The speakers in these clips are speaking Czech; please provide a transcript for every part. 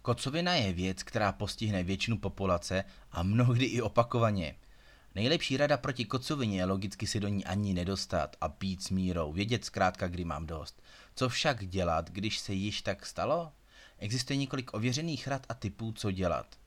Kocovina je věc, která postihne většinu populace a mnohdy i opakovaně. Nejlepší rada proti kocovině je logicky si do ní ani nedostat a pít s mírou, vědět zkrátka, kdy mám dost. Co však dělat, když se již tak stalo? Existuje několik ověřených rad a tipů, co dělat.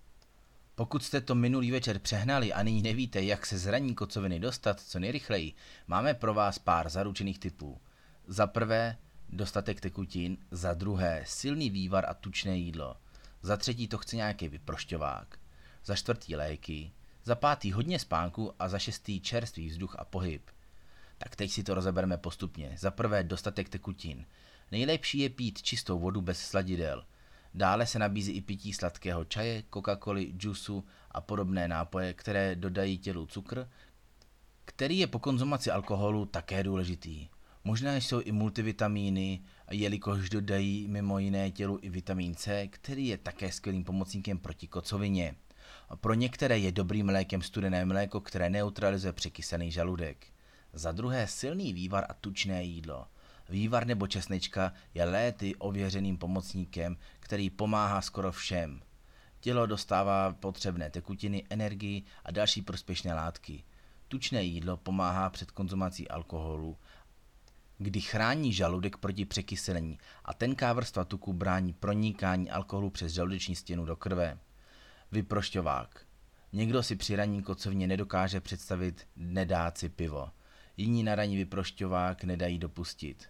Pokud jste to minulý večer přehnali a nyní nevíte, jak se z ranní kocoviny dostat co nejrychleji, máme pro vás pár zaručených tipů. Za prvé, dostatek tekutin, za druhé, silný vývar a tučné jídlo, za třetí to chce nějaký vyprošťovák, za čtvrtý léky, za pátý hodně spánku a za šestý čerstvý vzduch a pohyb. Tak teď si to rozebereme postupně. Za prvé dostatek tekutin. Nejlepší je pít čistou vodu bez sladidel. Dále se nabízí i pití sladkého čaje, Coca-Coly, džusu a podobné nápoje, které dodají tělu cukr, který je po konzumaci alkoholu také důležitý. Možná jsou i multivitamíny, jelikož dodají mimo jiné tělu i vitamin C, který je také skvělým pomocníkem proti kocovině. Pro některé je dobrým lékem studené mléko, které neutralizuje překyselý žaludek. Za druhé silný vývar a tučné jídlo. Vývar nebo česnečka je léty ověřeným pomocníkem, který pomáhá skoro všem. Tělo dostává potřebné tekutiny, energii a další prospěšné látky. Tučné jídlo pomáhá před konzumací alkoholu, kdy chrání žaludek proti překyselení a tenká vrstva tuku brání pronikání alkoholu přes žaludeční stěnu do krve. Vyprošťovák. Někdo si při ranní kocovině nedokáže představit nedát si pivo. Jiní na ranní vyprošťovák nedají dopustit.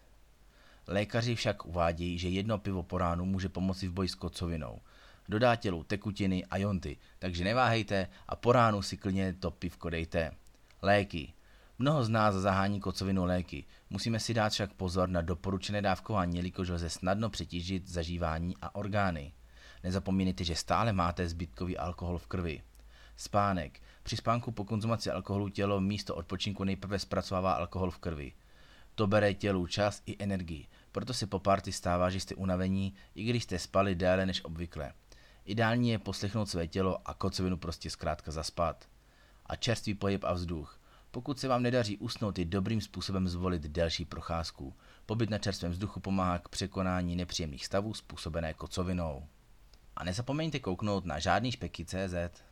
Lékaři však uvádějí, že jedno pivo po ránu může pomoci v boji s kocovinou. Dodá tělu tekutiny a jonty, takže neváhejte a po ránu si klidně to pivko dejte. Léky. Mnoho z nás zahání kocovinu léky. Musíme si dát však pozor na doporučené dávkování, jelikož lze snadno přetížit zažívání a orgány. Nezapomínejte, že stále máte zbytkový alkohol v krvi. Spánek. Při spánku po konzumaci alkoholu tělo místo odpočinku nejprve zpracovává alkohol v krvi. To bere tělu čas i energii, proto se po party stává, že jste unavení, i když jste spali déle než obvykle. Ideální je poslechnout své tělo a kocovinu prostě zkrátka zaspat. A čerstvý pohyb a vzduch. Pokud se vám nedaří usnout, je dobrým způsobem zvolit delší procházku. Pobyt na čerstvém vzduchu pomáhá k překonání nepříjemných stavů způsobené kocovinou. A nezapomeňte kouknout na žádný špeky.cz.